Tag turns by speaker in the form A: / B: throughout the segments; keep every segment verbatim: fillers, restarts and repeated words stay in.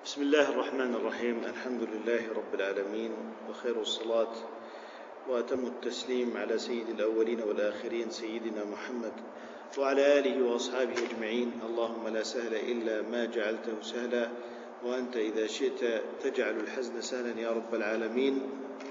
A: بسم الله الرحمن الرحيم. الحمد لله رب العالمين، وخير الصلاة وأتم التسليم على سيد الأولين والآخرين سيدنا محمد وعلى آله وأصحابه أجمعين. اللهم لا سهل إلا ما جعلته سهلا، وأنت إذا شئت تجعل الحزن سهلا يا رب العالمين.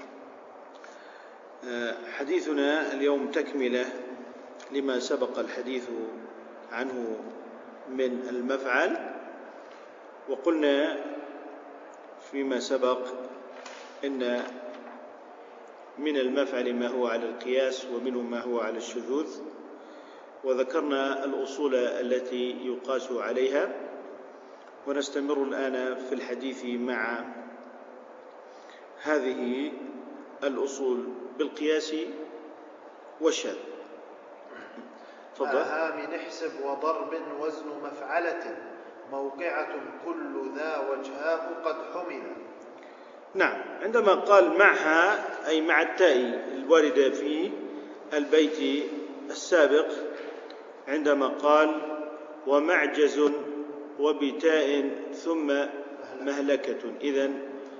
A: حديثنا اليوم تكملة لما سبق الحديث عنه من المفعل، وقلنا فيما سبق إن من المفعل ما هو على القياس ومنه ما هو على الشذوذ، وذكرنا الأصول التي يقاس عليها، ونستمر الآن في الحديث مع هذه الأصول بالقياس والشاذ.
B: تفضل. من احسب وضرب وزن مفعلة موقعة كل ذا وجهاه قد حمل.
A: نعم، عندما قال معها أي مع التاء الواردة في البيت السابق، عندما قال ومعجز وبتاء ثم مهلكة، إذن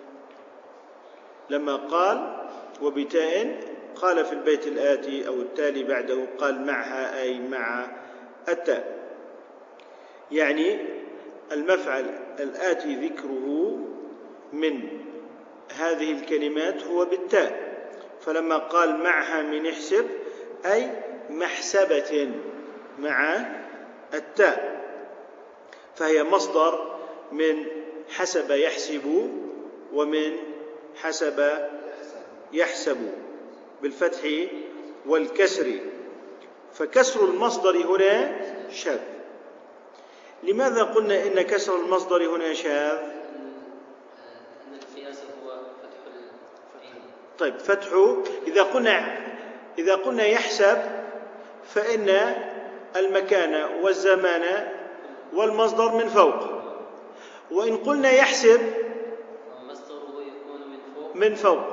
A: لما قال وبتاء قال في البيت الآتي أو التالي بعده قال معها أي مع التاء، يعني المفعل الآتي ذكره من هذه الكلمات هو بالتاء. فلما قال معها من احسب أي محسبة مع التاء، فهي مصدر من حسب يحسب ومن حسب يحسب بالفتح والكسر، فكسر المصدر هنا شاذ. لماذا قلنا إن كسر المصدر هنا شاذ؟
C: أن القياس هو فتح الفعل.
A: طيب، فتح إذا قلنا إذا قلنا يحسب فإن المكان والزمان والمصدر من فوق، وإن قلنا يحسب
C: مصدره يكون من فوق
A: من فوق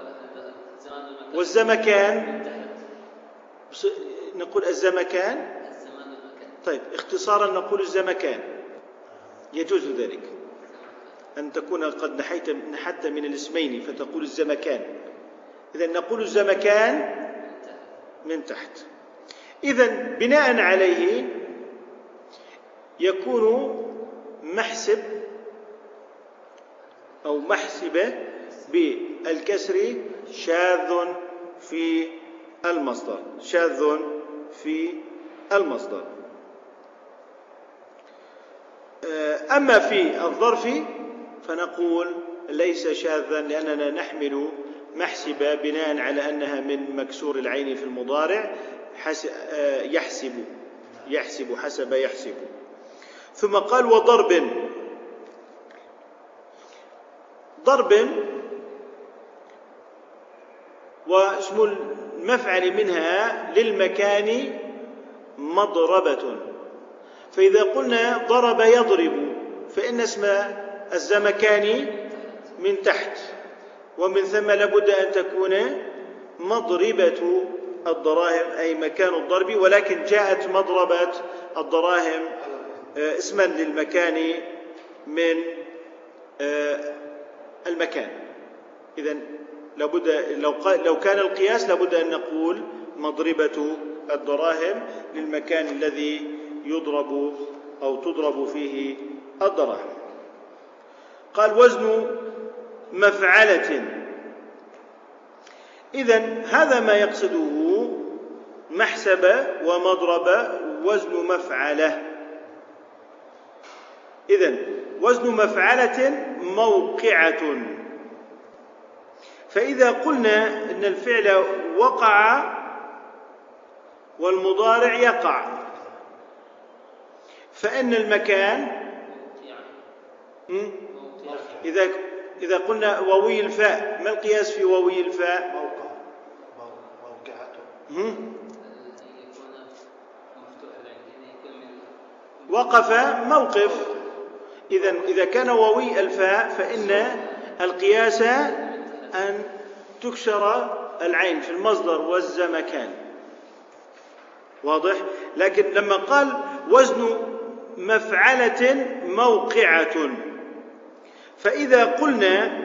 A: والزمكان من تحت. نقول الزمكان. طيب، اختصارا نقول الزمكان، يجوز ذلك أن تكون قد نحيت نحت من الاسمين فتقول الزمكان، إذن نقول الزمكان من تحت. إذن بناء عليه يكون محسب أو محسبة بالكسر شاذ في المصدر، شاذ في المصدر. أما في الظرف فنقول ليس شاذا، لأننا نحمل محسبة بناء على أنها من مكسور العين في المضارع يحسب يحسب حسب يحسب. ثم قال وضرب. ضرب واسم المفعل منها للمكان مضربة، فإذا قلنا ضرب يضرب فإن اسم الزمكان من تحت، ومن ثم لابد أن تكون مضربة الدراهم أي مكان الضرب، ولكن جاءت مضربة الدراهم اسما للمكان من المكان. إذن لابد لو لو كان القياس لابد أن نقول مضربة الدراهم للمكان الذي يضرب أو تضرب فيه الدراهم. قال وزن مفعلة، إذن هذا ما يقصده محسبة ومضربة وزن مفعلة. إذن وزن مفعلة موقعة، فإذا قلنا إن الفعل وقع والمضارع يقع فإن المكان إذا إذا قلنا ووي الفاء، ما القياس في ووي الفاء؟
B: موقع موقعته
A: وقف موقف. إذا إذا كان ووي الفاء فإن القياس أن تكسر العين في المصدر والزمكان، واضح؟ لكن لما قال وزن مفعلة موقعة فإذا قلنا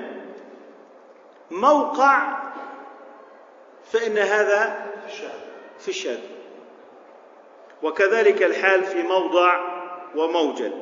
A: موقع فإن هذا في الشاذ، وكذلك الحال في موضع وموجل.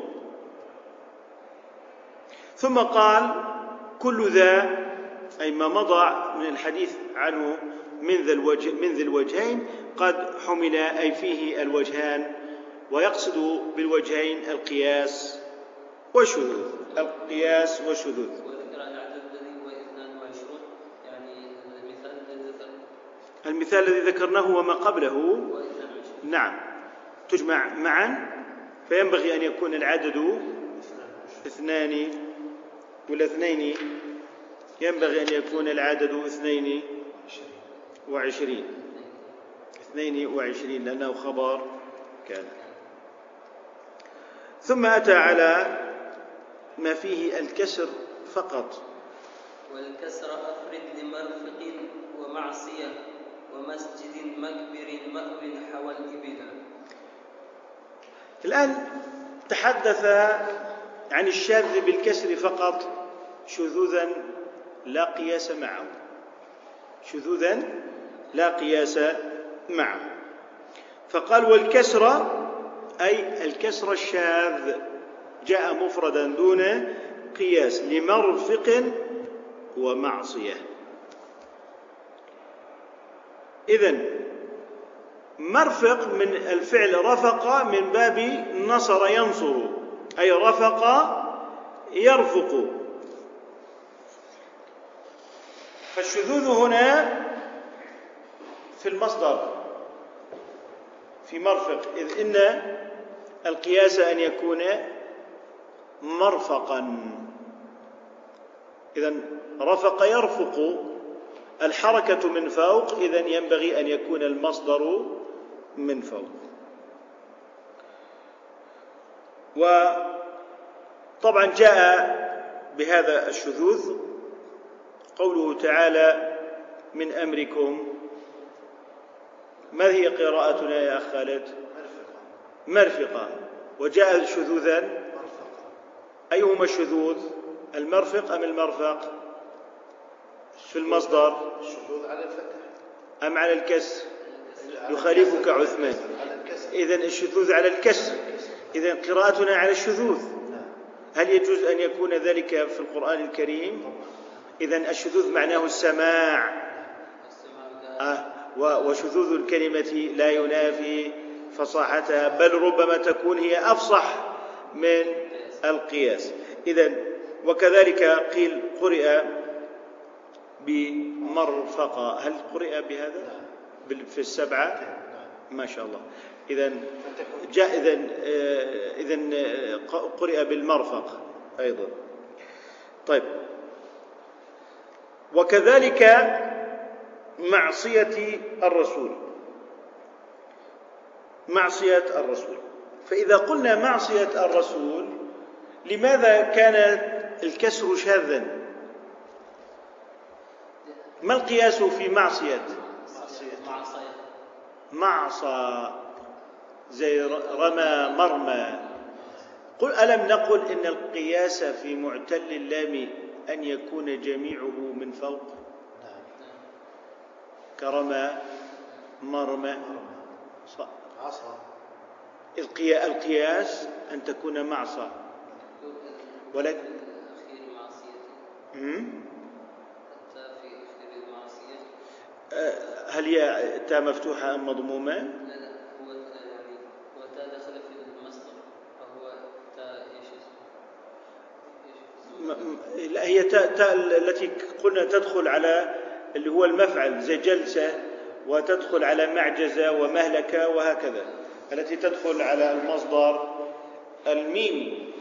A: ثم قال كل ذا، أي ما مضى من الحديث عنه من ذي الوجه من ذي الوجهين قد حمل، أي فيه الوجهان، ويقصد بالوجهين القياس والشذوذ. القياس والشذوذ.
C: وذكر العدد الذي هو اثنان وعشرون، يعني المثال الذي ذكر
A: المثال الذي ذكرناه وما قبله،
C: واثنان وعشرون.
A: نعم، تجمع معا، فينبغي أن يكون العدد اثنان، ولا اثنين، ينبغي أن يكون العدد اثنين وعشرين، اثنين وعشرين لأنه خبر كان. ثم أتى على ما فيه الكسر فقط.
C: والكسر أفرد لمرفق ومعصية ومسجد مكبر مأو حوى الإبل.
A: الآن تحدث عن الشاذ بالكسر فقط شذوذا لا قياس معه، شذوذا لا قياس معه. فقال والكسر، أي الكسر الشاذ جاء مفردا دون قياس لمرفق ومعصية. إذن مرفق من الفعل رفق من باب نصر ينصر، أي رفق يرفق. فالشذوذ هنا في المصدر في مرفق، إذ إن القياس أن يكون مرفقا. إذن رفق يرفق، الحركة من فوق، إذن ينبغي أن يكون المصدر من فوق. وطبعا جاء بهذا الشذوذ قوله تعالى من أمركم. ما هي قراءتنا يا أخ خالد؟ مرفقة. وجاء شذوذا، أيهما الشذوذ، المرفق أم المرفق في المصدر؟
B: الشذوذ على الفتح
A: أم على الكسر؟ يخالفك عثمان. إذن الشذوذ على الكسر، إذن قراءتنا على الشذوذ. هل يجوز أن يكون ذلك في القرآن الكريم؟ إذن الشذوذ معناه السماع، آه وشذوذ الكلمة لا ينافي فصاحتها، بل ربما تكون هي أفصح من القياس. إذن وكذلك قيل قرئ بمرفقة. هل قرئ بهذا في السبعة؟ ما شاء الله. إذن جاء إذن إذن قرئ بالمرفق أيضا. طيب، وكذلك معصية الرسول، معصية الرسول. فإذا قلنا معصية الرسول، لماذا كان الكسر شاذا؟ ما القياس في معصية؟ معصى زي رمى مرمى. قل ألم نقل إن القياس في معتل اللام أن يكون جميعه من فوق، كرمى مرمى
B: عصا.
A: القياس أن تكون معصى، ولكن هل هي تاء مفتوحة أم مضمومة؟
C: لا لا، هو يعني هو تاء دخل في المصدر، فهو تاء ايش؟
A: لا، هي تاء تاء التي قلنا تدخل على اللي هو المفعل، زي جلسة، وتدخل على معجزة ومهلكة وهكذا، التي تدخل على المصدر الميمي.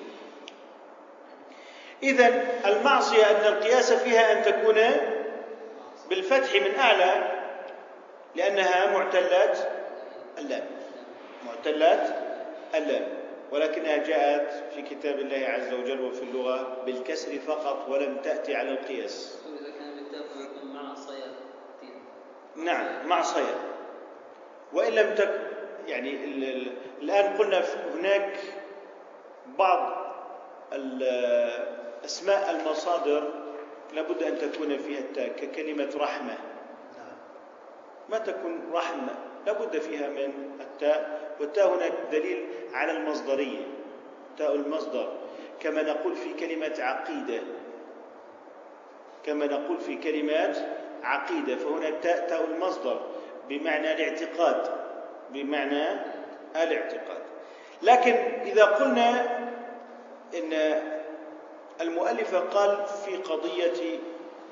A: إذن المعصية أن القياس فيها أن تكون بالفتح من أعلى، لأنها معتلات اللام، معتلات اللام، ولكنها جاءت في كتاب الله عز وجل وفي اللغة بالكسر فقط، ولم تأتي على القياس.
C: إذا كان بالتاء يكون معصية.
A: نعم، معصية. وإن لم تكن يعني الآن قلنا هناك بعض أسماء المصادر لابد أن تكون فيها التاء، ككلمة رحمة ما تكون رحمة لابد فيها من التاء، والتاء هنا دليل على المصدرية، تاء المصدر، كما نقول في كلمة عقيدة، كما نقول في كلمات عقيدة، فهنا التاء تاء المصدر بمعنى الاعتقاد، بمعنى الاعتقاد. لكن إذا قلنا إن المؤلف قال في قضية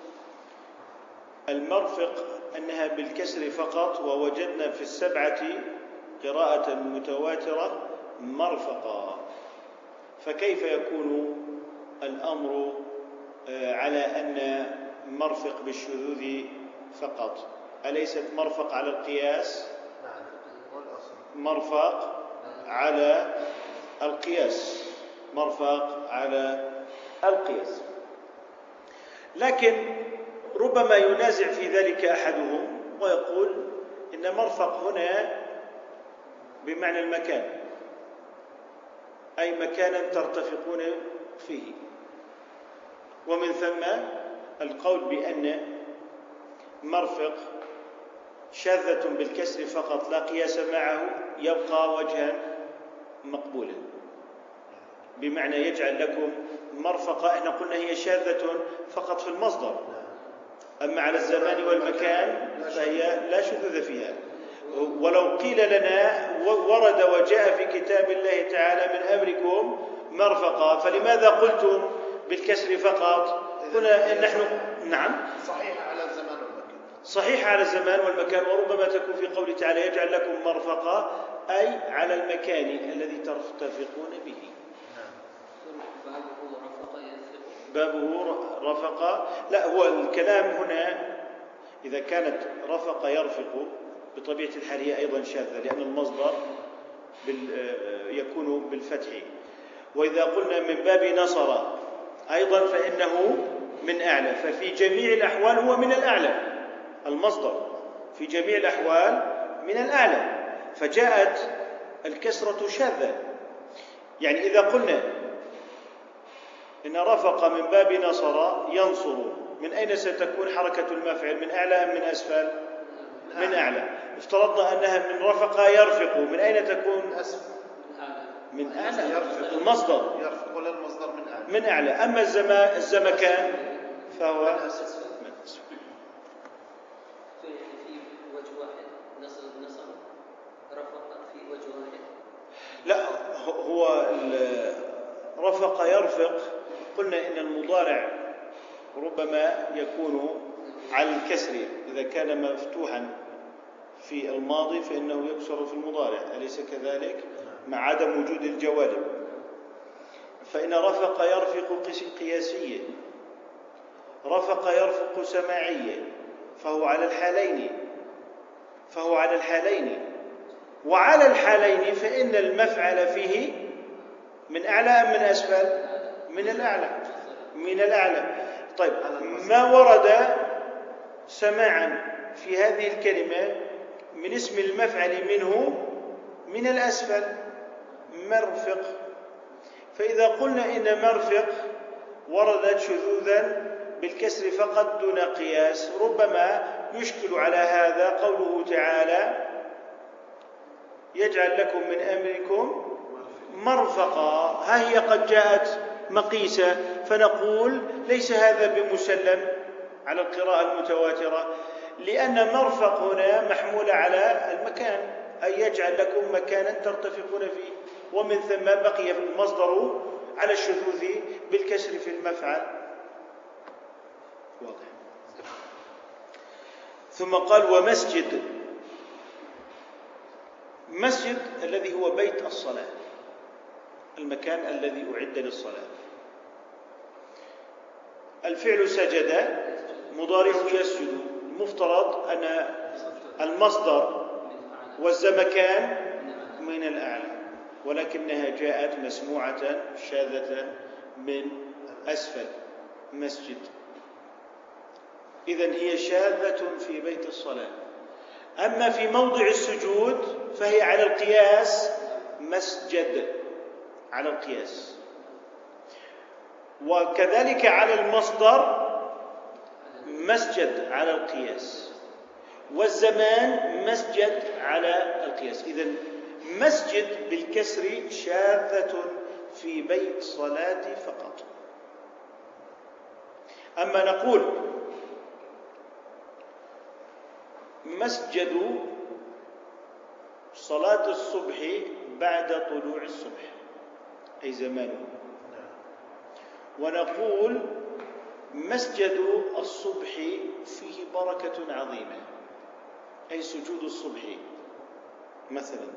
A: المرفق أنها بالكسر فقط، ووجدنا في السبعة قراءة متواترة مرفقا، فكيف يكون الأمر على أن مرفق بالشذوذ فقط؟ أليست مرفق على القياس؟ مرفق على القياس، مرفق على القياس. لكن ربما ينازع في ذلك أحدهم ويقول إن مرفق هنا بمعنى المكان، أي مكانا ترتفقون فيه، ومن ثم القول بأن مرفق شاذة بالكسر فقط لا قياس معه يبقى وجها مقبولا، بمعنى يجعل لكم مرفقة. احنا قلنا هي شاذة فقط في المصدر، أما على الزمان والمكان فهي لا شذوذ فيها. ولو قيل لنا ورد وجاء في كتاب الله تعالى من أمركم مرفقة، فلماذا قلتم بالكسر فقط؟ هنا نحن نعم
B: صحيح على الزمان والمكان،
A: صحيح على الزمان والمكان، وربما تكون في قوله تعالى يجعل لكم مرفقة أي على المكان الذي ترتفقون به. بابه رفق، لا هو الكلام هنا إذا كانت رفق يرفق بطبيعة الحال هي أيضا شاذة، لأن المصدر يكون بالفتح. وإذا قلنا من باب نصر أيضا فإنه من أعلى، ففي جميع الأحوال هو من الأعلى، المصدر في جميع الأحوال من الأعلى، فجاءت الكسرة شاذة. يعني إذا قلنا إن رفق من باب نصر ينصر، من أين ستكون حركة المفعل؟ من أعلى أم من أسفل؟ من أعلى. افترضنا أنها من رفق يرفق، من أين تكون؟ من أعلى، المصدر
B: يرفق للمصدر من أعلى،
A: من أعلى. أما الزمكان فهو من أسفل.
C: في وجه واحد نصر نصر رفق في وجه واحد،
A: لا هو رفق يرفق قلنا إن المضارع ربما يكون على الكسر، إذا كان مفتوحا في الماضي فإنه يكسر في المضارع، أليس كذلك؟ مع عدم وجود الجوانب. فإن رفق يرفق قياسية، رفق يرفق سماعية، فهو على الحالين، فهو على الحالين وعلى الحالين فإن المفعل فيه من أعلى أم من أسفل؟ من الأعلى، من الأعلى. طيب ما ورد سماعا في هذه الكلمة من اسم المفعل منه من الأسفل، مرفق. فإذا قلنا إن مرفق وردت شذوذا بالكسر فقط دون قياس، ربما يشكل على هذا قوله تعالى يجعل لكم من أمركم مرفقا، ها هي قد جاءت مقيسة، فنقول ليس هذا بمسلم على القراءة المتواترة، لأن مرفق هنا محمول على المكان، أي يجعل لكم مكانا ترتفقون فيه، ومن ثم بقي المصدر على الشذوذ بالكسر في المفعل. واضح. ثم قال ومسجد، مسجد الذي هو بيت الصلاة، المكان الذي أعد للصلاة. الفعل سجد مضارع يسجد، المفترض أن المصدر والزمكان من الأعلى، ولكنها جاءت مسموعة شاذة من أسفل، مسجد. إذن هي شاذة في بيت الصلاة. أما في موضع السجود فهي على القياس مسجد، على القياس. وكذلك على المصدر مسجد على القياس، والزمان مسجد على القياس. إذن مسجد بالكسر شاذة في بيت صلاة فقط. أما نقول مسجد صلاة الصبح بعد طلوع الصبح أي زمانه، ونقول مسجد الصبح فيه بركة عظيمة أي سجود الصبح مثلا،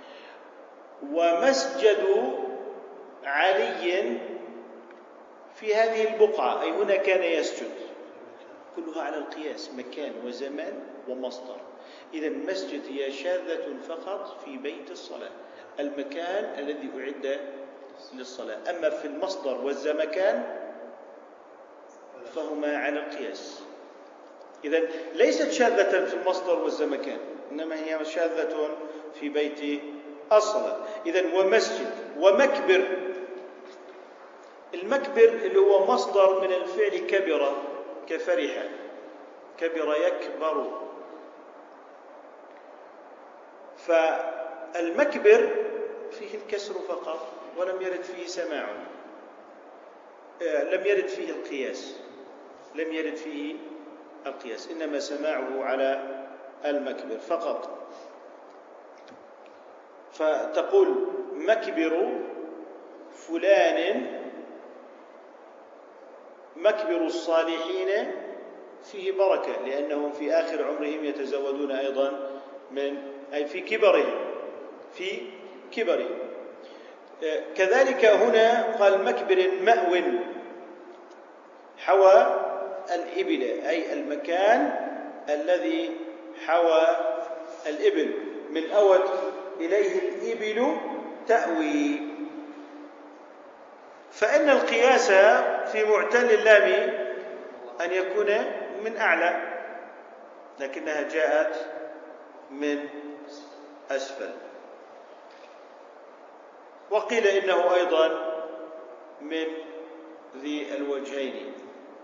A: ومسجد علي في هذه البقعة أي هنا كان يسجد، كلها على القياس، مكان وزمان ومصدر. إذن مسجد هي شاذة فقط في بيت الصلاة، المكان الذي أعد للصلاة. أما في المصدر والزمكان فهما على القياس. إذن ليست شاذة في المصدر والزمكان، إنما هي شاذة في بيت الصلاة. إذن ومسجد ومكبر. المكبر اللي هو مصدر من الفعل كبر كفرح، كبر يكبر. فالمكبر فيه الكسر فقط ولم يرد فيه سماع، لم يرد فيه القياس، لم يرد فيه القياس، إنما سماعه على المكبر فقط. فتقول مكبر فلان مكبر الصالحين فيه بركة، لأنهم في آخر عمرهم يتزودون أيضا من أي في كبرهم في كبرهم. كذلك هنا قال مكبر مأو حوى الإبل أي المكان الذي حوى الإبل، من أود إليه الإبل تأوي. فإن القياس في معتل اللام أن يكون من أعلى، لكنها جاءت من أسفل. وقيل إنه أيضا من ذي الوجهين.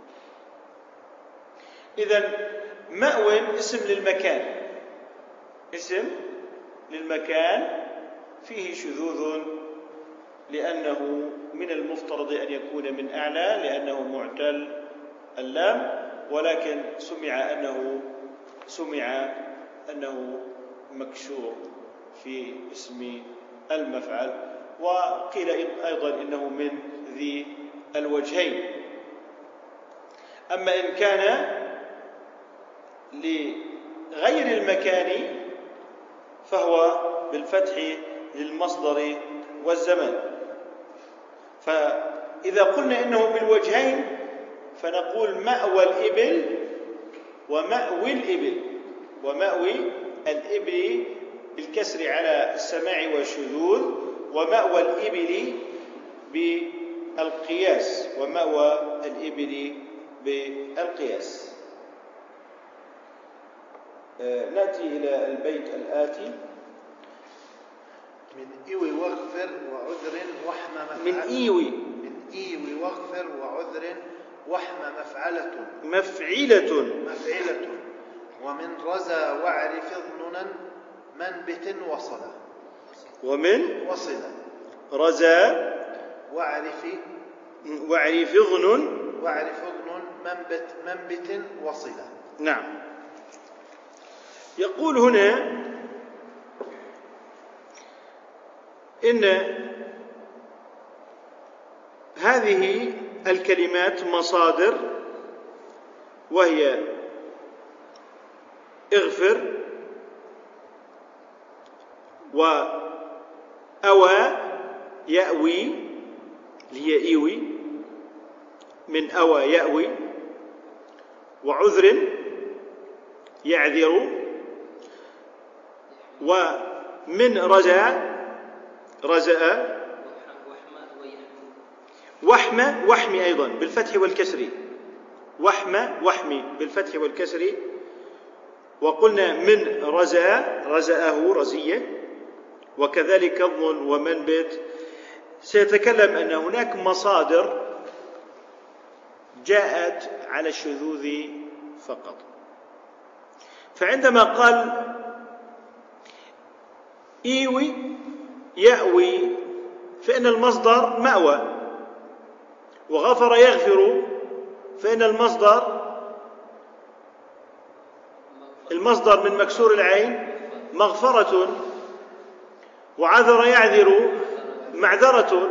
A: إذن مأو اسم للمكان، اسم للمكان فيه شذوذ، لأنه من المفترض أن يكون من أعلى لأنه معتل اللام، ولكن سمع أنه سمع أنه مكسور في اسم المفعل. وقيل أيضا إنه من ذي الوجهين. أما إن كان لغير المكان فهو بالفتح للمصدر والزمان. فإذا قلنا إنه بالوجهين فنقول مأوى الإبل ومأوي الإبل، ومأوي الإبل بالكسر على السماع والشذوذ، ومأوى الإبل بالقياس، ومأوى الإبل بالقياس. آه نأتي إلى البيت الآتي.
B: من إيوي واغفر وعذر وحم مفعلة.
A: من إيوي
B: من إيوي واغفر وعذر وحم مفعلة
A: مفعلة
B: مفعلة. ومن رزا واعرف اظننا منبت وصلا.
A: ومن
B: وصلا
A: رزا
B: واعرف
A: واعرف اظن
B: واعرف اظن منبت منبت وصلا.
A: نعم. يقول هنا إن هذه الكلمات مصادر، وهي اغفر وأوى يأوي اللي هي إيوي، من أوى يأوي، وعذر يعذر، ومن رزا رزأ، وحمة وحمي أيضا بالفتح والكسر، وحمة وحمي بالفتح والكسر. وقلنا من رزا رزأه رزية، وكذلك اظن ومنبت. سيتكلم أن هناك مصادر جاءت على الشذوذ فقط. فعندما قال إيوي يأوي فإن المصدر مأوى، وغفر يغفر فإن المصدر المصدر من مكسور العين مغفرة، وعذر يعذر معذرة،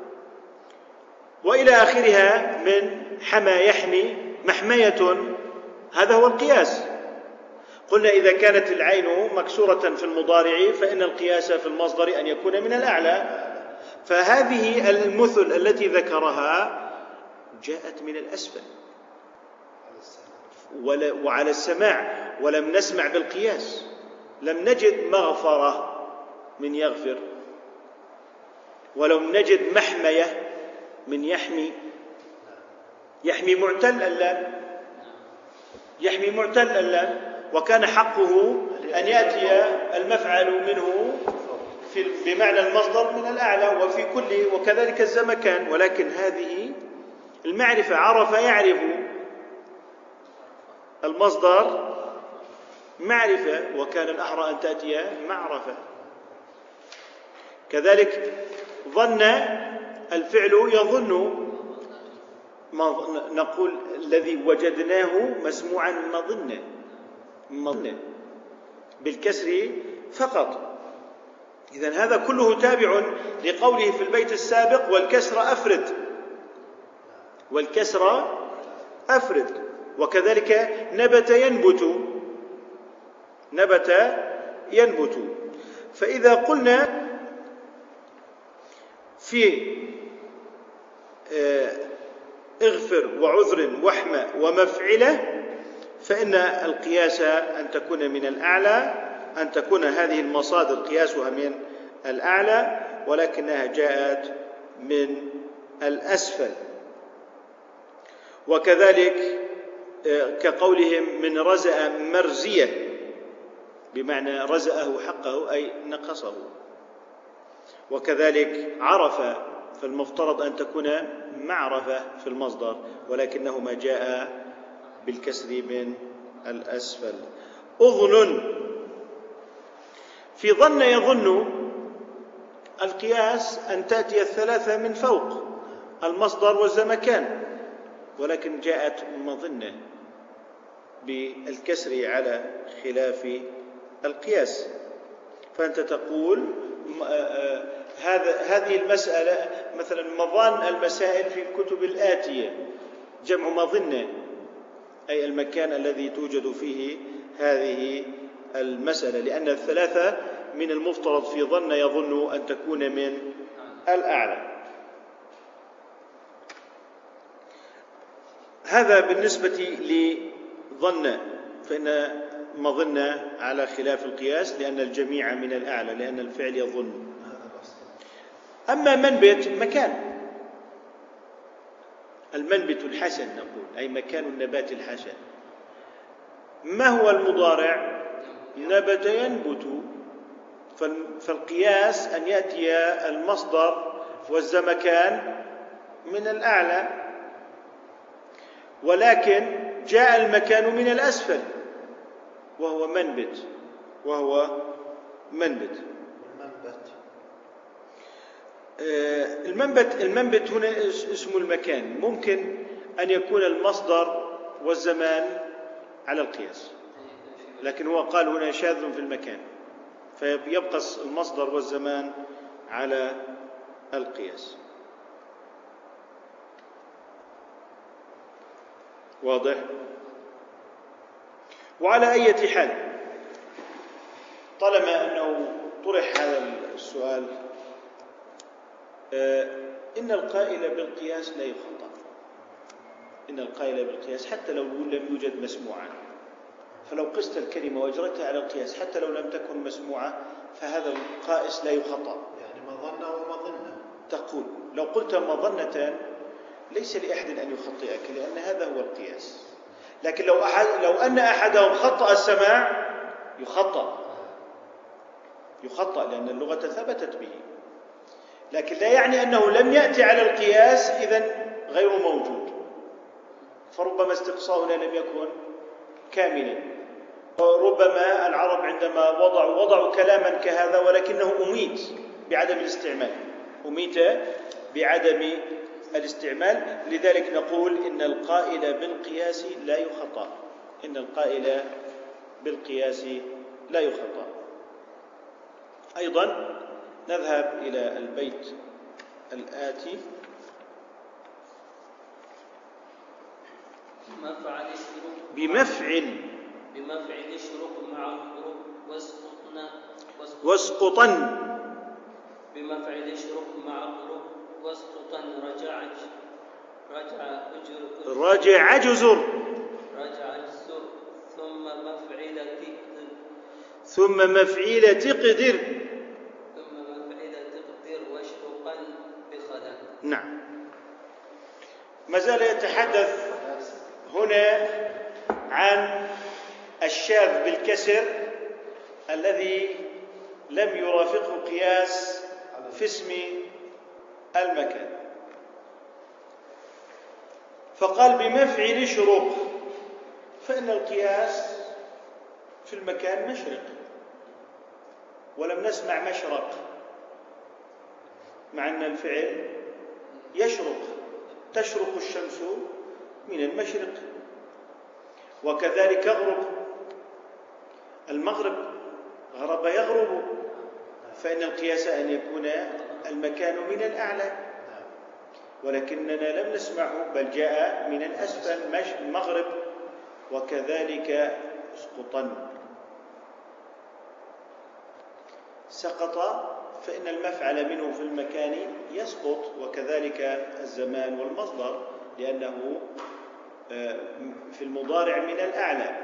A: وإلى آخرها من حمى يحمي محمية. هذا هو القياس. قلنا إذا كانت العين مكسورة في المضارع فإن القياس في المصدر أن يكون من الأعلى. فهذه المثل التي ذكرها جاءت من الأسفل وعلى السماع، ولم نسمع بالقياس. لم نجد مغفرة من يغفر، ولم نجد محمية من يحمي. يحمي معتل اللام، يحمي معتل اللام، وكان حقه أن يأتي المفعل منه في بمعنى المصدر من الأعلى وفي كل، وكذلك الزمكان. ولكن هذه المعرفة عرف يعرف، المصدر معرفة، وكان الأحرى أن تأتي معرفة. كذلك ظن الفعل يظن، نقول الذي وجدناه مسموعا مظنة مظنة بالكسر فقط. إذن هذا كله تابع لقوله في البيت السابق والكسر أفرد، والكسر أفرد. وكذلك نبت ينبت، نبت ينبت. فإذا قلنا في اغفر وعذر وحمى ومفعلة فإن القياس أن تكون من الأعلى، أن تكون هذه المصادر قياسها من الأعلى، ولكنها جاءت من الأسفل. وكذلك كقولهم من رزأ مرزية، بمعنى رزأه حقه أي نقصه. وكذلك عرف، فالمفترض أن تكون معرفة في المصدر، ولكنهما جاء بالكسر من الأسفل. أظن في ظن يظن القياس أن تأتي الثلاثة من فوق المصدر والزمكان، ولكن جاءت مظنة بالكسر على خلاف القياس. فأنت تقول هذا هذه المسألة مثلا مظان المسائل في الكتب الآتية جمع مظنة، أي المكان الذي توجد فيه هذه المسألة، لأن الثلاثة من المفترض في ظن يظن أن تكون من الأعلى. هذا بالنسبة لظن، فإن مظنة على خلاف القياس لأن الجميع من الأعلى، لأن الفعل يظن. أما منبت مكان، المنبت الحسن نقول، أي مكان النبات الحسن. ما هو المضارع؟ نبت ينبت. فالقياس أن يأتي المصدر والزمكان من الأعلى، ولكن جاء المكان من الأسفل وهو منبت، وهو منبت. المنبت المنبت هنا اسم المكان، ممكن أن يكون المصدر والزمان على القياس، لكن هو قال هنا شاذ في المكان، فيبقى المصدر والزمان على القياس. واضح؟ وعلى أي حال، طالما أنه طرح هذا السؤال، إن القائل بالقياس لا يخطأ. إن القائل بالقياس حتى لو لم يوجد مسموعا، فلو قست الكلمة وأجرتها على القياس حتى لو لم تكن مسموعة فهذا القائس لا يخطأ.
B: يعني مظنة ومظنة.
A: تقول لو قلت مظنة ليس لأحد أن يخطئك، لأن هذا هو القياس. لكن لو أحد لو أن أحدهم خطأ السماع يخطأ يخطأ لأن اللغة ثبتت به، لكن لا يعني أنه لم يأتي على القياس إذن غير موجود. فربما استقصاء هنا لم يكن كاملا. وربما العرب عندما وضعوا وضعوا كلاما كهذا ولكنه أميت بعدم الاستعمال، أميت بعدم الاستعمال. لذلك نقول إن القائل بالقياس لا يخطأ، إن القائل بالقياس لا يخطأ. أيضا نذهب إلى البيت الآتي:
C: بمفعل اشرب
A: بمفعل
C: بمفعل اشرب مع الحروف واسقطن
A: واسقطن
C: بمفعل اشرب مع الحروف واسقطن رجع رجع أجر
A: رجع جزر
C: رجع الزر ثم مفعل تقدر
A: ثم مفعيل تقدر
C: ثم مفعل تقدر واشرقا بخلا.
A: نعم. ما زال يتحدث هنا عن الشاذ بالكسر الذي لم يرافقه قياس في اسم المكان، فقال بمفعل اشرق، فإن القياس في المكان مشرق، ولم نسمع مشرق، مع أن الفعل يشرق، تشرق الشمس من المشرق. وكذلك اغرب، المغرب غرب يغرب، فإن القياس أن يكون المكان من الأعلى، ولكننا لم نسمعه بل جاء من الأسفل المغرب. وكذلك اسقطن، سقط، فإن المفعل منه في المكان يسقط، وكذلك الزمان والمصدر لأنه في المضارع من الأعلى.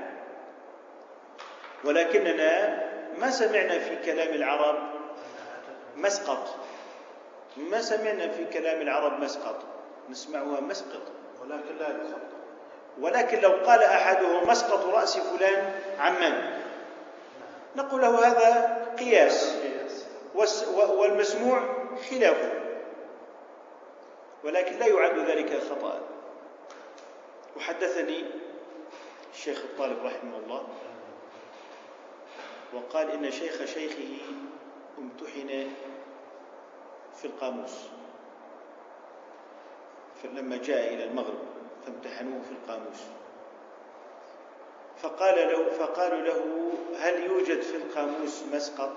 A: ولكننا ما سمعنا في كلام العرب مسقط، ما سمعنا في كلام العرب مسقط، نسمعها مسقط
B: ولكن لا يخطأ.
A: ولكن لو قال أحدهم مسقط رأس فلان عمان نقول له هذا قياس، والمسموع خلافه، ولكن لا يعد ذلك خطأ. وحدثني الشيخ الطالب رحمه الله وقال إن شيخ شيخه امتحن في القاموس، فلما جاء إلى المغرب فامتحنوه في القاموس، فقال له فقالوا له هل يوجد في القاموس مسقط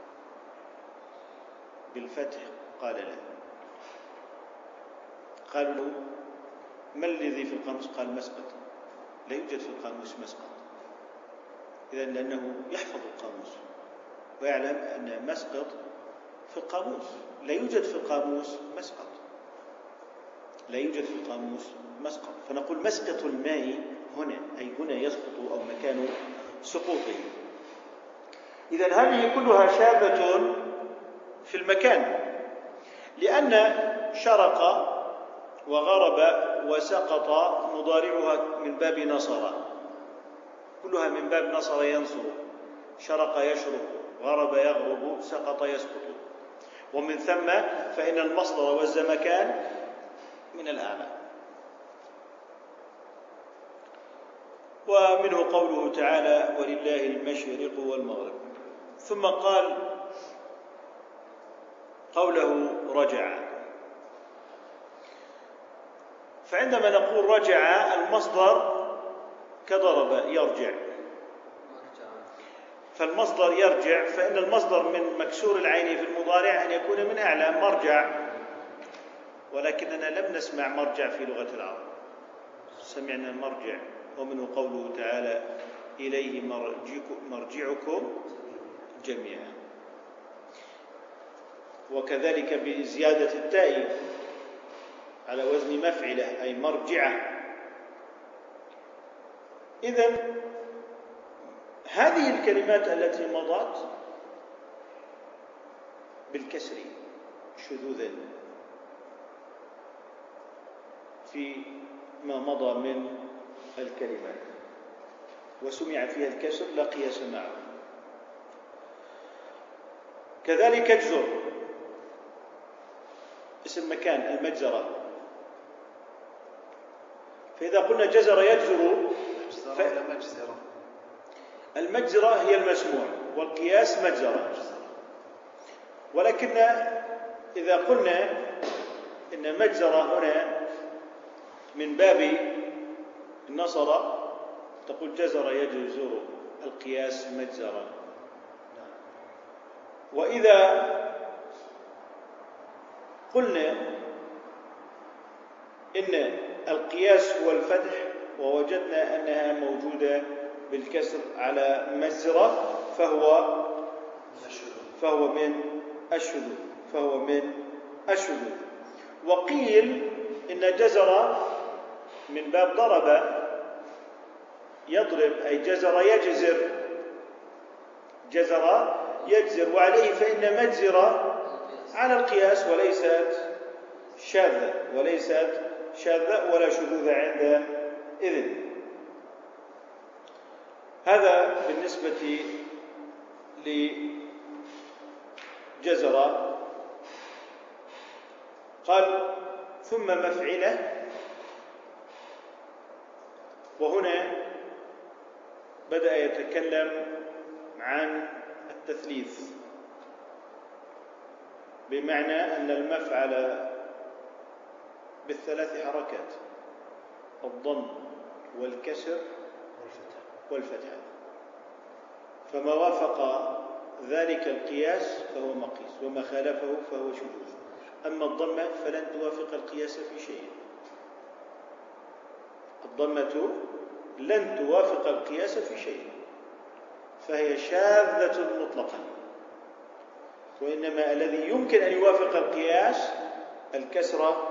A: بالفتح؟ قال لا. قالوا له ما الذي في القاموس؟ قال مسقط. لا يوجد في القاموس مسقط. إذن لأنه يحفظ القاموس ويعلم أن مسقط في القاموس، لا يوجد في القاموس مسقط، لا يوجد في القاموس مسقط. فنقول مسقط الماء هنا، أي هنا يسقط أو مكان سقوطه. إذن هذه كلها شاذة في المكان، لأن شرق وغرب وسقط مضارعها من باب نصر، كلها من باب نصر ينصر، شرق يشرق، غرب يغرب، سقط يسقط. ومن ثم فإن المصدر والزمكان من الأعلى. ومنه قوله تعالى ولله المشرق والمغرب. ثم قال قوله رجع، فعندما نقول رجع المصدر كضرب يرجع، فالمصدر يرجع، فإن المصدر من مكسور العين في المضارع أن يكون من أعلى مرجع، ولكننا لم نسمع مرجع في لغة العرب، سمعنا مرجع. ومنه قوله تعالى إليه مرجعكم جميعا، وكذلك بزيادة التاء على وزن مفعلة أي مرجعة. إذن هذه الكلمات التي مضت بالكسر شذوذا في ما مضى من الكلمات وسمع فيها الكسر لا قياس معه. كذلك اجزر، اسم مكان المجزرة، فإذا قلنا جزر يجزر
B: مجزرة
A: ف...
B: ولا مجزرة؟
A: المجزرة هي المسموع والقياس مجزرة. ولكن إذا قلنا إن مجزرة هنا من باب النصر تقول جزر يجزر القياس مجزرة. وإذا قلنا إن القياس هو الفتح ووجدنا أنها موجودة بالكسر على مجزرة فهو فهو من الشذوذ فهو من الشذوذ. وقيل إن جزر من باب ضرب يضرب، أي جزر يجزر جزر يجزر، وعليه فإن مجزرة على القياس وليست شاذة وليست شاذة ولا شذوذ عندئذ. هذا بالنسبة لجزر. قال ثم مفعلة، وهنا بدأ يتكلم عن التثليث، بمعنى أن المفعل بالثلاث حركات: الضم والكسر والفتحة. فما وافق ذلك القياس فهو مقيس، وما خالفه فهو شذوذ. أما الضمة فلن توافق القياس في شيء، الضمة لن توافق القياس في شيء، فهي شاذة مطلقا. وإنما الذي يمكن أن يوافق القياس الكسرة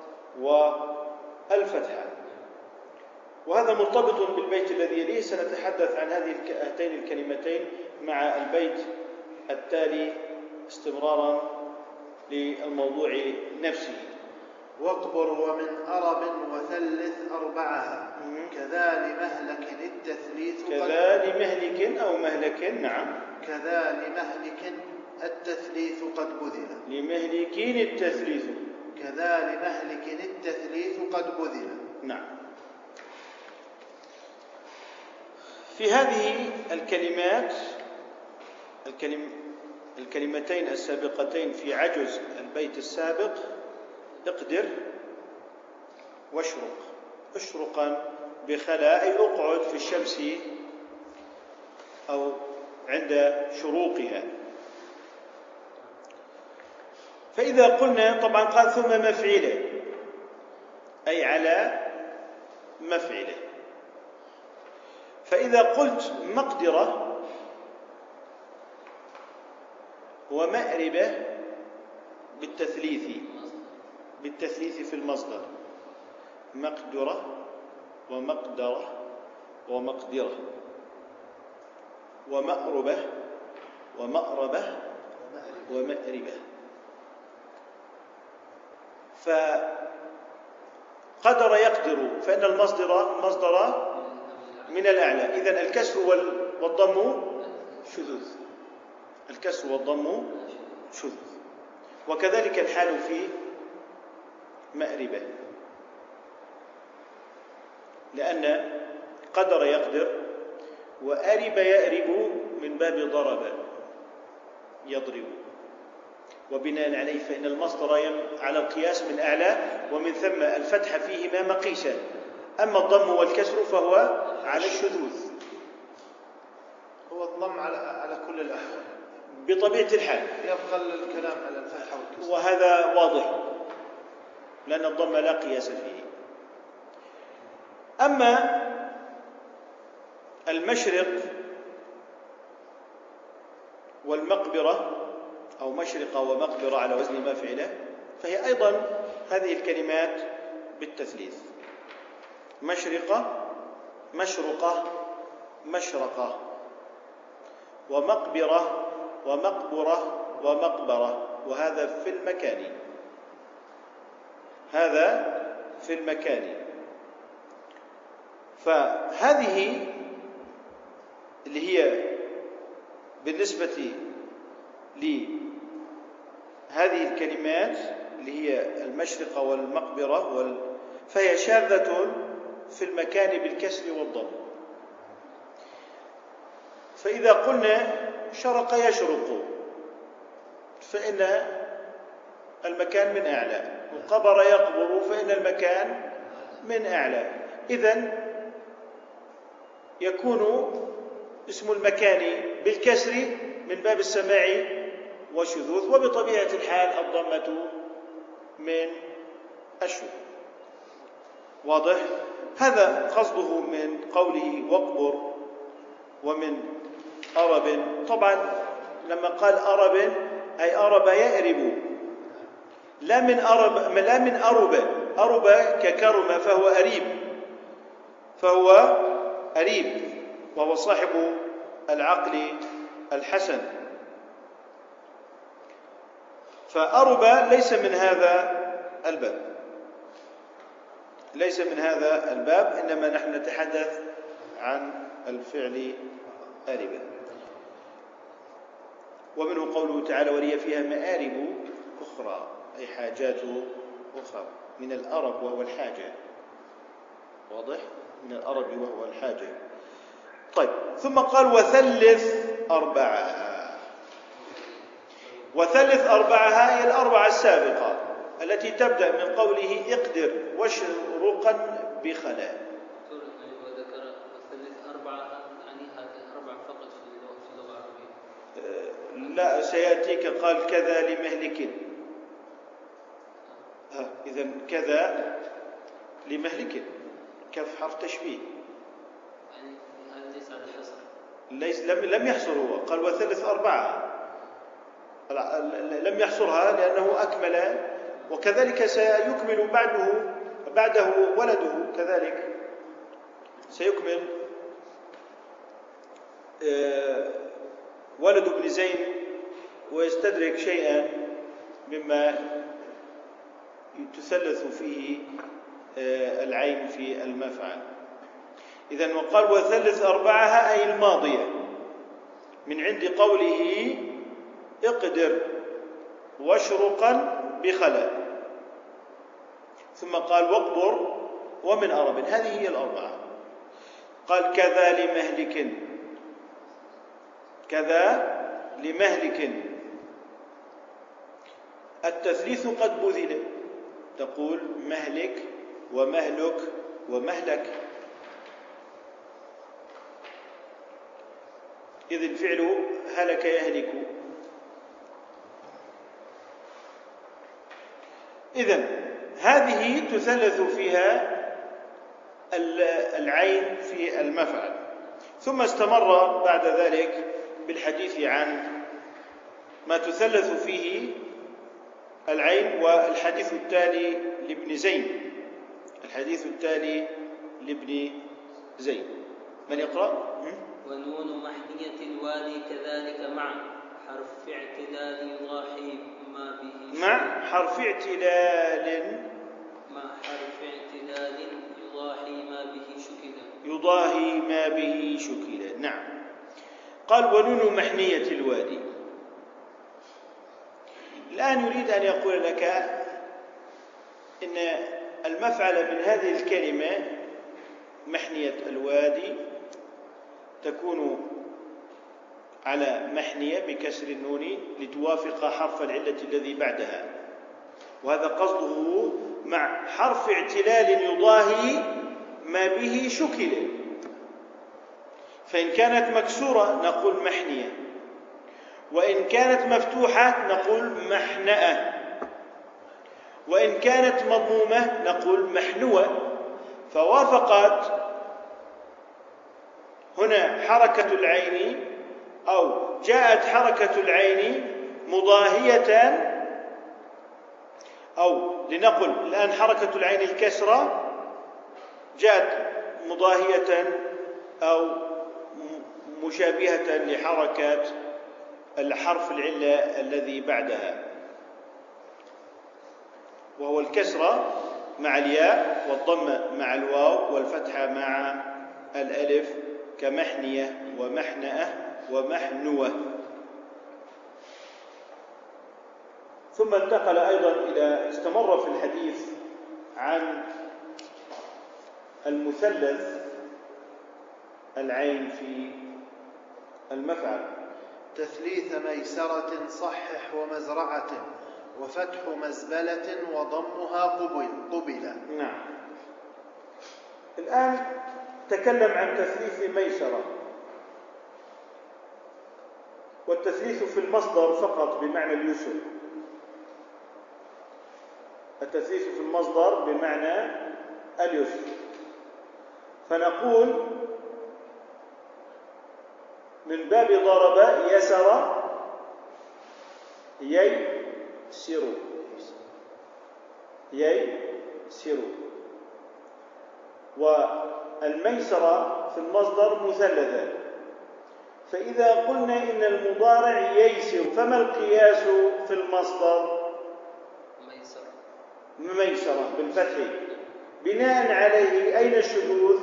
A: والفتحة. وهذا مرتبط بالبيت الذي يليه، سنتحدث عن هذه هاتين الكلمتين مع البيت التالي استمرارا للموضوع نفسه.
B: واقبر ومن أرب وثلث أربعها كذا لمهلك التثليث
A: كذا لمهلك أو مهلك. نعم،
B: كذا لمهلك التثليث قد بذل.
A: لمهلكين التثليث
B: كذا لمهلك التثليث قد بذل.
A: نعم. في هذه الكلمات الكلم الكلمتين السابقتين في عجز البيت السابق: اقدر واشرق. اشرقا بخلا، أي اقعد في الشمس أو عند شروقها. فإذا قلنا طبعا قال ثم مفعله، أي على مفعله. فإذا قلت مقدرة ومأربة بالتثليث بالتثليث في المصدر: مقدرة ومقدرة ومقدرة، ومأربة ومأربة ومأربة. فقدر يقدر، فإن المصدر مصدر من الأعلى، إذن الكسر والضم شذوذ، الكسر والضم شذوذ. وكذلك الحال في مأربة، لأن قدر يقدر وأرب يأرب من باب ضرب يضرب، وبناء عليه فإن المصدر على القياس من أعلى، ومن ثم الفتح فيهما مقيسا. أما الضم والكسر فهو على الشذوذ.
B: هو الضم على على كل الأحوال
A: بطبيعة الحال،
B: يبقى الكلام على الفتح والكسر،
A: وهذا واضح لأن الضم لا قياس فيه. أما المشرق والمقبرة أو مشرقة ومقبرة على وزن مفعلة، فهي أيضا هذه الكلمات بالتثليث: مشرقة مشرقة مشرقة، ومقبرة ومقبرة ومقبرة. وهذا في المكان، هذا في المكان. فهذه اللي هي بالنسبة لهذه الكلمات اللي هي المشرقة والمقبرة وال... فهي شاذة في المكان بالكسر والضم. فإذا قلنا شرق يشرق فإن المكان من أعلى، وقبر يقبر فإن المكان من أعلى. إذن يكون اسم المكان بالكسر من باب السماع والشذوذ، وبطبيعة الحال الضمة من الشذوذ. واضح؟ هذا قصده من قوله واقبر ومن أرب. طبعا لما قال أرب أي أرب يأرب، لا من أرب، لا من أرب. أرب ككرم فهو أريب، فهو أريب وهو صاحب العقل الحسن. فأرب ليس من هذا الباب، ليس من هذا الباب، إنما نحن نتحدث عن الفعل آربا. ومنه قوله تعالى ولي فيها مآرب أخرى، أي حاجات أخرى، من الأرب وهو الحاجة. واضح؟ من الأرب وهو الحاجة. طيب، ثم قال وثلث أربعها. وثلث أربعها هي الأربعة السابقة التي تبدأ من قوله اقدر واشرقا بخلاء.
C: وذكر وثلث أربعها، يعني هذه أربع فقط في اللغة العربية؟
A: لا، سيأتيك قال كذا لمهلك. إذن كذا لمهلك، كف حرف تشبيه،
C: يعني هذا ليس على حصر،
A: ليس لم لم يحصر، هو قال وثلث أربعة، لم يحصرها لأنه أكمل، وكذلك سيكمل بعده بعده ولده كذلك سيكمل ولد ابن زيد ويستدرك شيئا مما تثلث فيه العين في المفعل. إذن وقال وثلث أربعها أي الماضية، من عند قوله اقدر واشرقا بخلاء، ثم قال واقبر ومن أرب. هذه هي الأربعة. قال كذا لمهلك، كذا لمهلك. التثليث قد بذل، تقول مهلك ومهلك ومهلك، إذ الفعل هلك يهلك. إذن هذه تثلث فيها العين في المفعل. ثم استمر بعد ذلك بالحديث عن ما تثلث فيه العين، والحديث التالي لابن زيد. الحديث التالي لابن زيد، من يقرأ؟
C: ونون محنية الوالي كذلك مع حرف اعتلال يضاحي ما به
A: مع حرف اعتلال
C: مع حرف اعتلال يضاحي ما به شكل
A: يضاهي ما به شكل. نعم. قال ونون محنية الوادي. الآن يريد أن يقول لك إن المفعل من هذه الكلمة محنية الوادي تكون على محنية بكسر النون لتوافق حرف العلة الذي بعدها، وهذا قصده مع حرف اعتلال يضاهي ما به شكل. فإن كانت مكسورة نقول محنية، وإن كانت مفتوحة نقول محنأة، وإن كانت مضمومة نقول محنوة. فوافقت هنا حركة العين، أو جاءت حركة العين مضاهية، أو لنقل الآن حركة العين الكسرة جاءت مضاهية أو مشابهة لحركة الحرف العلة الذي بعدها، وهو الكسرة مع الياء والضمة مع الواو والفتحة مع الألف، كمحنية ومحنأة ومحنوة. ثم انتقل أيضا إلى استمر في الحديث عن المثلث العين في المفعل.
B: تثليث ميسرة صحح ومزرعة وفتح مزبلة وضمها قبل, قبل.
A: نعم. الآن تكلم عن تثليث ميسرة، والتثليث في المصدر فقط بمعنى اليسر. التثليث في المصدر بمعنى اليسر، فنقول من باب ضرب يسر ييسر ييسر. والميسرة في المصدر مثلثة، فإذا قلنا إن المضارع ييسر فما القياس في المصدر؟
C: ميسرة
A: ميسرة بالفتح. بناء عليه أين الشذوذ؟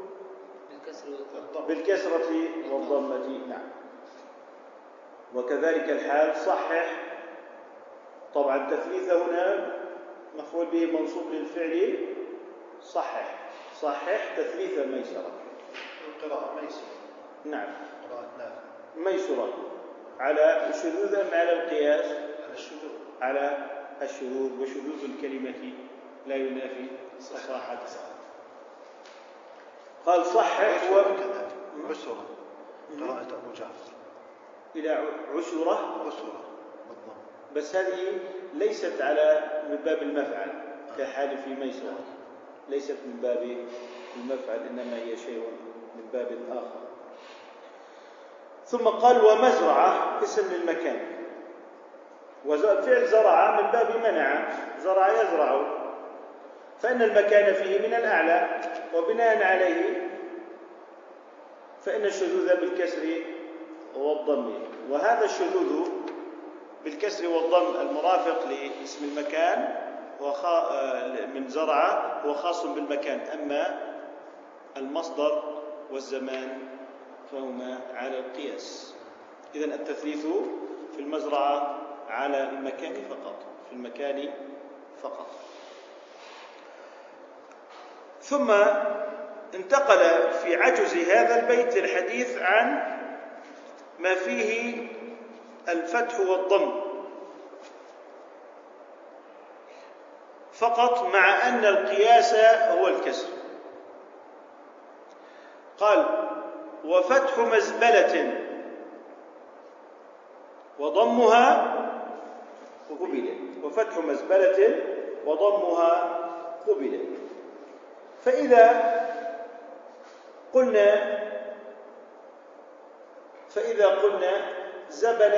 A: بالكسرة والضمة. نعم. وكذلك الحال صحح، طبعا تثليث هنا مفعول به منصوب للفعل صحح، صحح تثليث ميسرة.
B: القراءة ميسرة.
A: نعم.
B: قراءة نافع
A: ميسرة على الشذوذ أم على القياس؟
B: على الشذوذ.
A: على الشذوذ، وشذوذ الكلمة لا ينافي صحاحتها. قال صحح و
B: عسرة. قراءة أبو جعفر
A: إلى عسرة
B: عسرة بالضم،
A: بس هذه ليست على من باب المفعل كحال في ميسرة، ليست من باب المفعل، إنما هي شيء من باب آخر. ثم قال ومزرعة اسم للمكان، وفعل زرع من باب منع، زرع يزرع، فإن المكان فيه من الأعلى، وبناء عليه فإن الشذوذ بالكسر والضم. وهذا الشذوذ بالكسر والضم المرافق لاسم المكان من زرع هو خاص بالمكان، أما المصدر والزمان فهما على القياس. إذن التثليث في المزرعة على المكان فقط، في المكان فقط. ثم انتقل في عجز هذا البيت الحديث عن ما فيه الفتح والضم فقط، مع أن القياس هو الكسر. قال وفتح مزبلة وضمها قبل، وفتح مزبلة وضمها قبل. فإذا قلنا فإذا قلنا زبل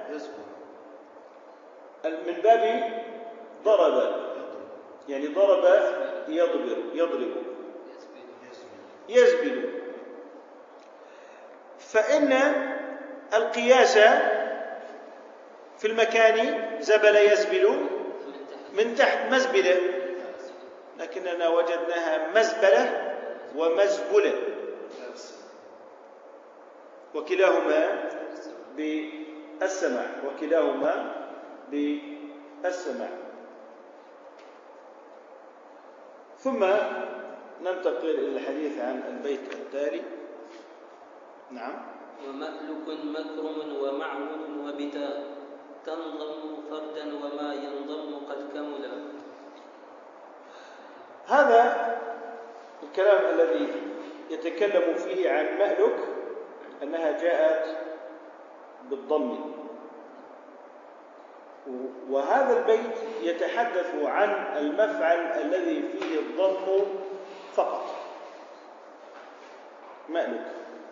A: من باب ضرب، يعني ضرب يضرب يضرب يزبل، فإن القياس في المكان زبل يزبل من تحت مزبلة، لكننا وجدناها مزبلة ومزبلة، وكلاهما بالسمع وكلاهما بالسمع. ثم ننتقل إلى الحديث عن البيت التالي. نعم.
C: ومألك مكرم ومعول وبتاء تنضم فردا وما ينضم قد كملا.
A: هذا الكلام الذي يتكلم فيه عن مألك أنها جاءت بالضم، وهذا البيت يتحدث عن المفعل الذي فيه الضم فقط، مألك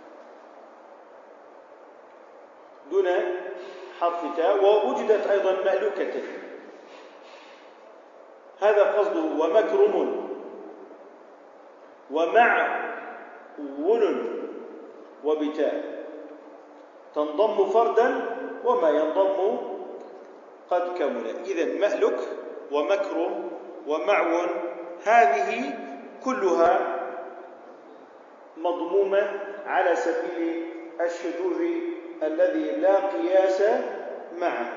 A: دون حرف تاء، ووجدت أيضا مألوكة. هذا قصده. ومكرم ومعول وبتاء تنضم فردا وما ينضم قد كمل. إذن مألك ومكرم ومعون هذه كلها مضمومة على سبيل الشذوذ الذي لا قياس معه.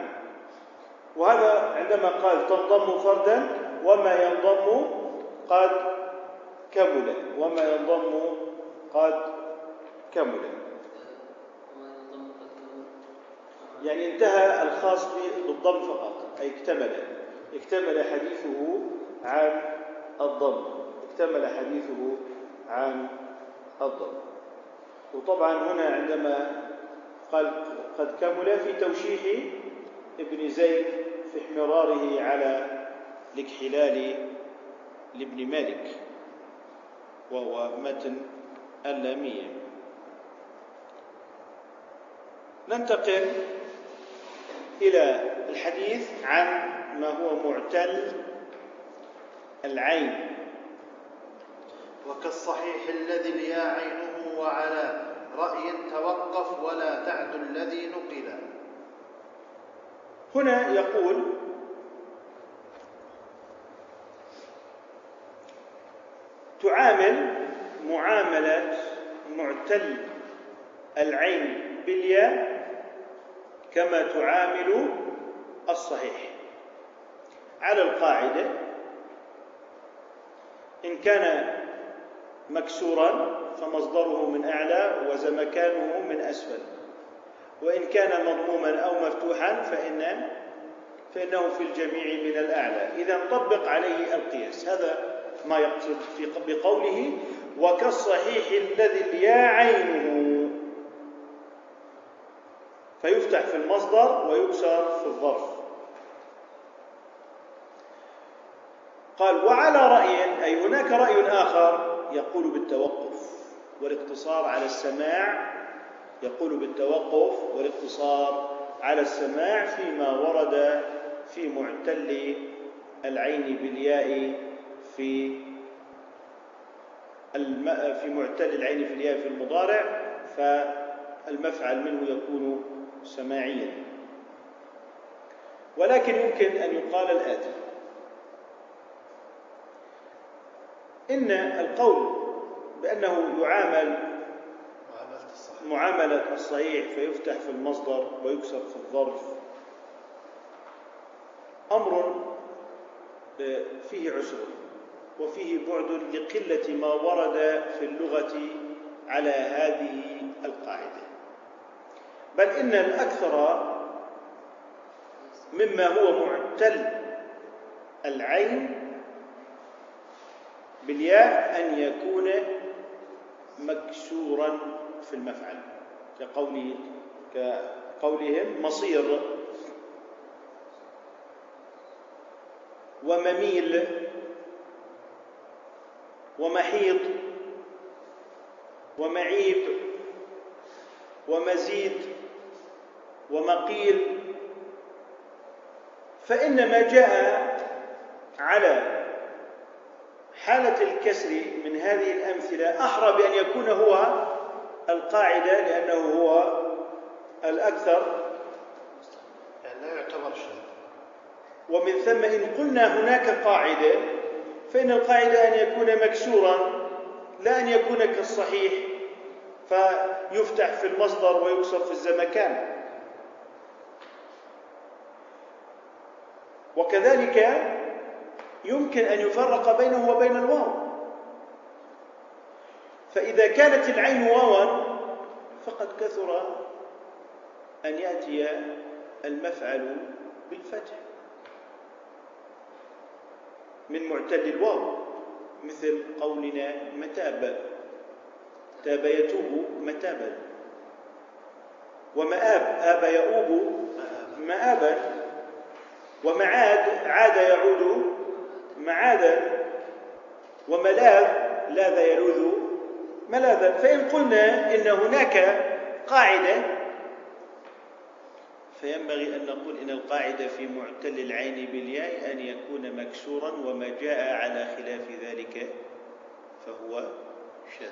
A: وهذا عندما قال تنضم فردا وما ينضم قد كمل، وما ينضم قد كمل. يعني انتهى الخاص بالضم فقط، أي اكتمل اكتمل حديثه عن الضم اكتمل حديثه عن الضم. وطبعا هنا عندما قال قد كمل في توشيح ابن زيد في احمراره على الاكحلال لابن مالك، وهو متن اللامية. ننتقل إلى الحديث عن ما هو معتل العين.
B: وكالصحيح الذي اليا عينه وعلى رأي توقف ولا تعد الذي نقل.
A: هنا يقول تعامل معاملة معتل العين بالياء كما تعامل الصحيح، على القاعدة: إن كان مكسورا فمصدره من أعلى وزمكانه من أسفل، وإن كان مضموما أو مفتوحا فإن فإنه في الجميع من الأعلى. إذا طبق عليه القياس. هذا ما يقصد بقوله وكالصحيح الذي اليا عينه، فيفتح في المصدر ويكسر في الظرف. قال وعلى رأي، أي هناك رأي آخر يقول بالتوقف والاقتصار على السماع، يقول بالتوقف والاقتصار على السماع فيما ورد في معتل العين بالياء في الم... في معتل العين في الياء في المضارع، فالمفعل منه يكون سماعيا. ولكن يمكن أن يقال الآتي: إن القول بأنه يعامل معاملة الصحيح فيفتح في المصدر ويكسر في الظرف أمر فيه عسر وفيه بعد لقلة ما ورد في اللغة على هذه القاعدة، بل إن الأكثر مما هو معتل العين بالياء أن يكون مكسورا في المفعل، كقوله كقولهم مصير ومميل ومحيط ومعيب ومزيد ومقيل. فإن ما جاء على حالة الكسر من هذه الأمثلة أحرى بأن يكون هو القاعدة، لأنه هو الأكثر،
B: يعني لا يعتبر شيء.
A: ومن ثم إن قلنا هناك قاعدة فإن القاعدة أن يكون مكسورا لا أن يكون كالصحيح فيفتح في المصدر ويكسر في الزمكان. وكذلك يمكن أن يفرق بينه وبين الواو، فإذا كانت العين واوا فقد كثر أن يأتي المفعل بالفتح من معتل الواو، مثل قولنا متاب، تاب يتوب متابا، ومآب آب يؤوب مآبا، ومعاد عاد يعود معادا، وملاذ لاذ يلوذ ملاذا. فإن قلنا إن هناك قاعدة فينبغي أن نقول إن القاعدة في معتل العين بالياء أن يكون مكسورا، وما جاء على خلاف ذلك فهو شاذ،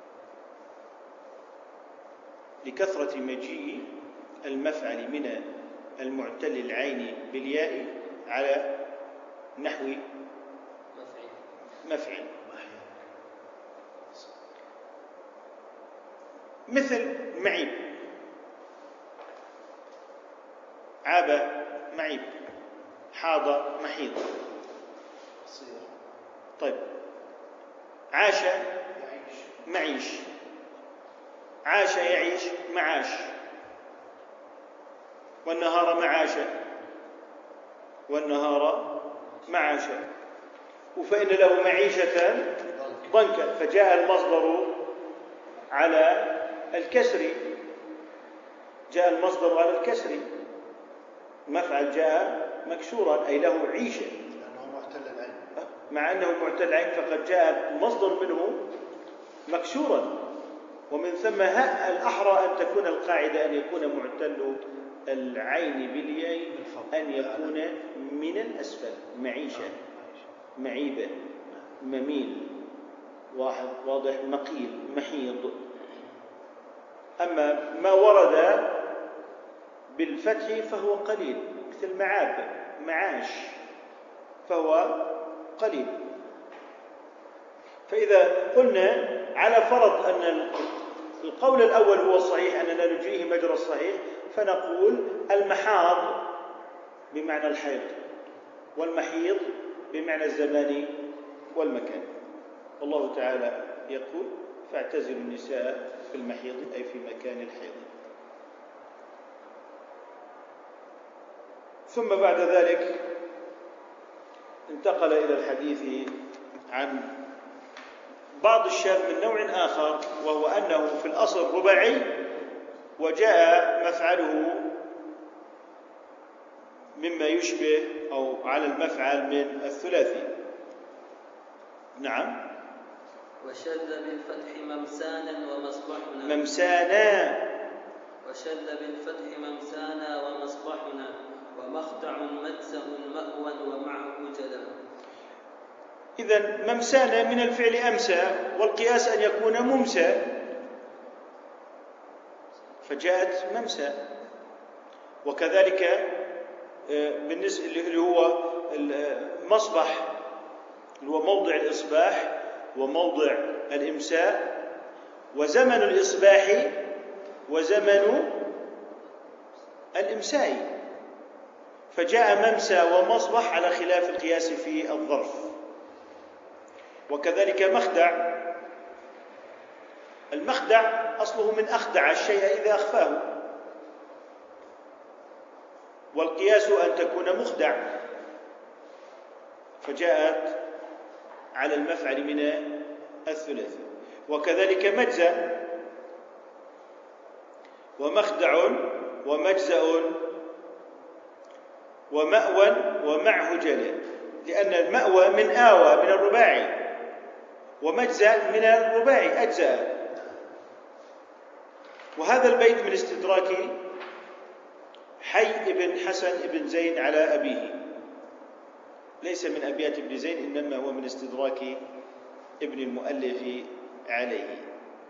A: لكثرة مجيء المفعل من المعتل العين بالياء على نحو مفعل، مثل معيب، عاب معيب، حاض محيط. طيب، عاش معيش، عاش يعيش معاش، والنهار معاشا، والنهار معاشا. وفإن له معيشة ضنكا، فجاء المصدر على الكسر، جاء المصدر على الكسر، مفعل جاء مكسورا أي له عيشة
B: لأنه معتل العين،
A: مع أنه معتل العين فقد جاء المصدر منه مكسورا. ومن ثم الأحرى أن تكون القاعدة أن يكون معتل العين بالياء أن يكون من الأسفل، معيشة، معيبة، مميل، واحد واضح، مقيل، محيض. أما ما ورد بالفتح فهو قليل، مثل معاب، معاش، فهو قليل. فإذا قلنا على فرض أن القول الأول هو الصحيح، أننا نجريه مجرى الصحيح، فنقول المحاض بمعنى الحيض، والمحيض بمعنى الزمان والمكان. والله تعالى يقول: فاعتزلوا النساء في المحيض أي في مكان الحيض. ثم بعد ذلك انتقل إلى الحديث عن بعض الشاذ من نوع آخر، وهو أنه في الأصل رباعي وجاء مفعله مما يشبه أو على المفعل من الثلاثي. نعم.
C: وشذ بالفتح ممسانا ومصبحنا،
A: ممسانا،
C: وشذ بالفتح ممسانا ومصبحنا، ومخدع مجزأ مأوى ومعه جلا.
A: إذن ممسانا من الفعل أمسى، والقياس أن يكون ممسى، فجاءت ممسى. وكذلك بالنسبة اللي هو المصبح اللي هو موضع الإصباح وموضع الإمساء، وزمن الإصباح وزمن الإمساء، فجاء ممسى ومصبح على خلاف القياس في الظرف. وكذلك مخدع، المخدع أصله من أخدع الشيء إذا أخفاه، والقياس أن تكون مخدع، فجاءت على المفعل من الثلاثي. وكذلك مجزأ ومخدع ومجزأ ومأوى ومعه جل، لأن المأوى من آوى من الرباعي، ومجزأ من الرباعي أجزاء. وهذا البيت من استدراك حي بن حسن بن زين على أبيه، ليس من أبيات ابن زين، إنما هو من استدراك ابن المؤلف عليه.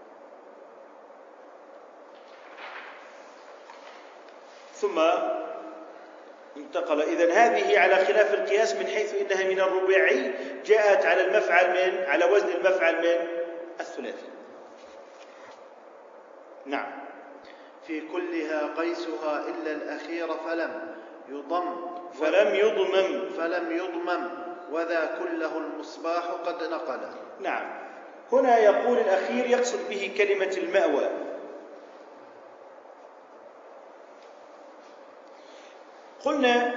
A: ثم انتقل. إذن هذه على خلاف القياس من حيث إنها من الرباعي، جاءت على المفعل من على وزن المفعل من الثلاثي. نعم.
B: في كلها قيسها إلا الأخير فلم يضم
A: فلم يضمم
B: فلم يضمم وذا كله المصباح قد نقل.
A: نعم. هنا يقول الأخير يقصد به كلمة المأوى. قلنا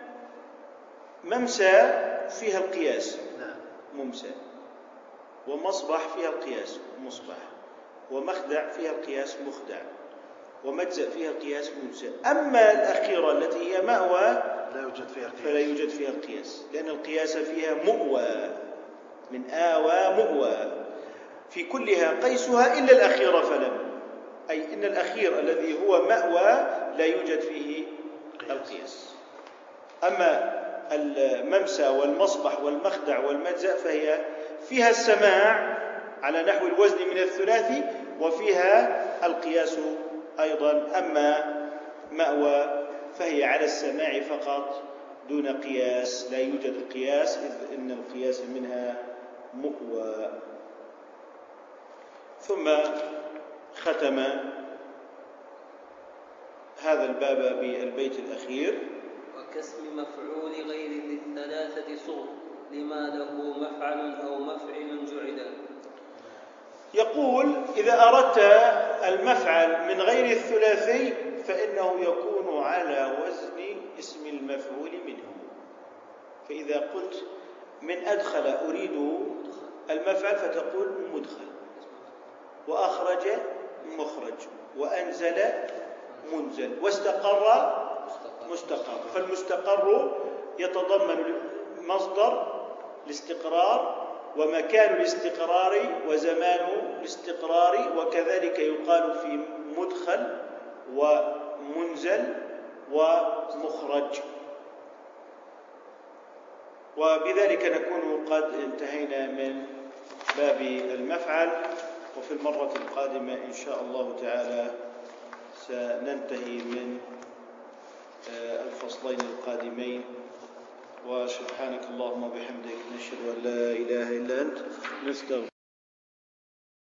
A: ممسى فيها القياس ممسى، ومصبح فيها القياس مصبح، ومخدع فيها القياس مخدع، ومجزأ فيها القياس مجزأ. أما الأخيرة التي هي مأوى
B: لا يوجد فيها القياس،
A: فلا يوجد فيها القياس، لأن القياس فيها مؤوى، من آوى مؤوى. في كلها قيسها إلا الأخيرة فلم، أي إن الأخير الذي هو مأوى لا يوجد فيه القياس. أما الممسى والمصبح والمخدع والمجزأ فهي فيها السماع على نحو الوزن من الثلاثي، وفيها القياس أيضا. أما مأوى فهي على السماع فقط دون قياس، لا يوجد القياس، إذ إن القياس منها مؤوى. ثم ختم هذا الباب بالبيت الأخير:
C: وكاسم مفعول غير ذي الثلاثة صغ لما له مفعل أو مفعل جعل.
A: يقول إذا أردت المفعل من غير الثلاثي فإنه يكون على وزن اسم المفعول منه. فإذا قلت من أدخل أريد المفعل فتقول مدخل، وأخرج مخرج، وأنزل منزل، واستقر مستقر. فالمستقر يتضمن مصدر الاستقرار ومكان الاستقرار وزمان الاستقرار، وكذلك يقال في مدخل ومنزل ومخرج. وبذلك نكون قد انتهينا من باب المفعل، وفي المرة القادمة إن شاء الله تعالى سننتهي من الفصلين القادمين. وسبحانك اللهم وبحمدك نشهد أن لا إله إلا أنت نستغفرك.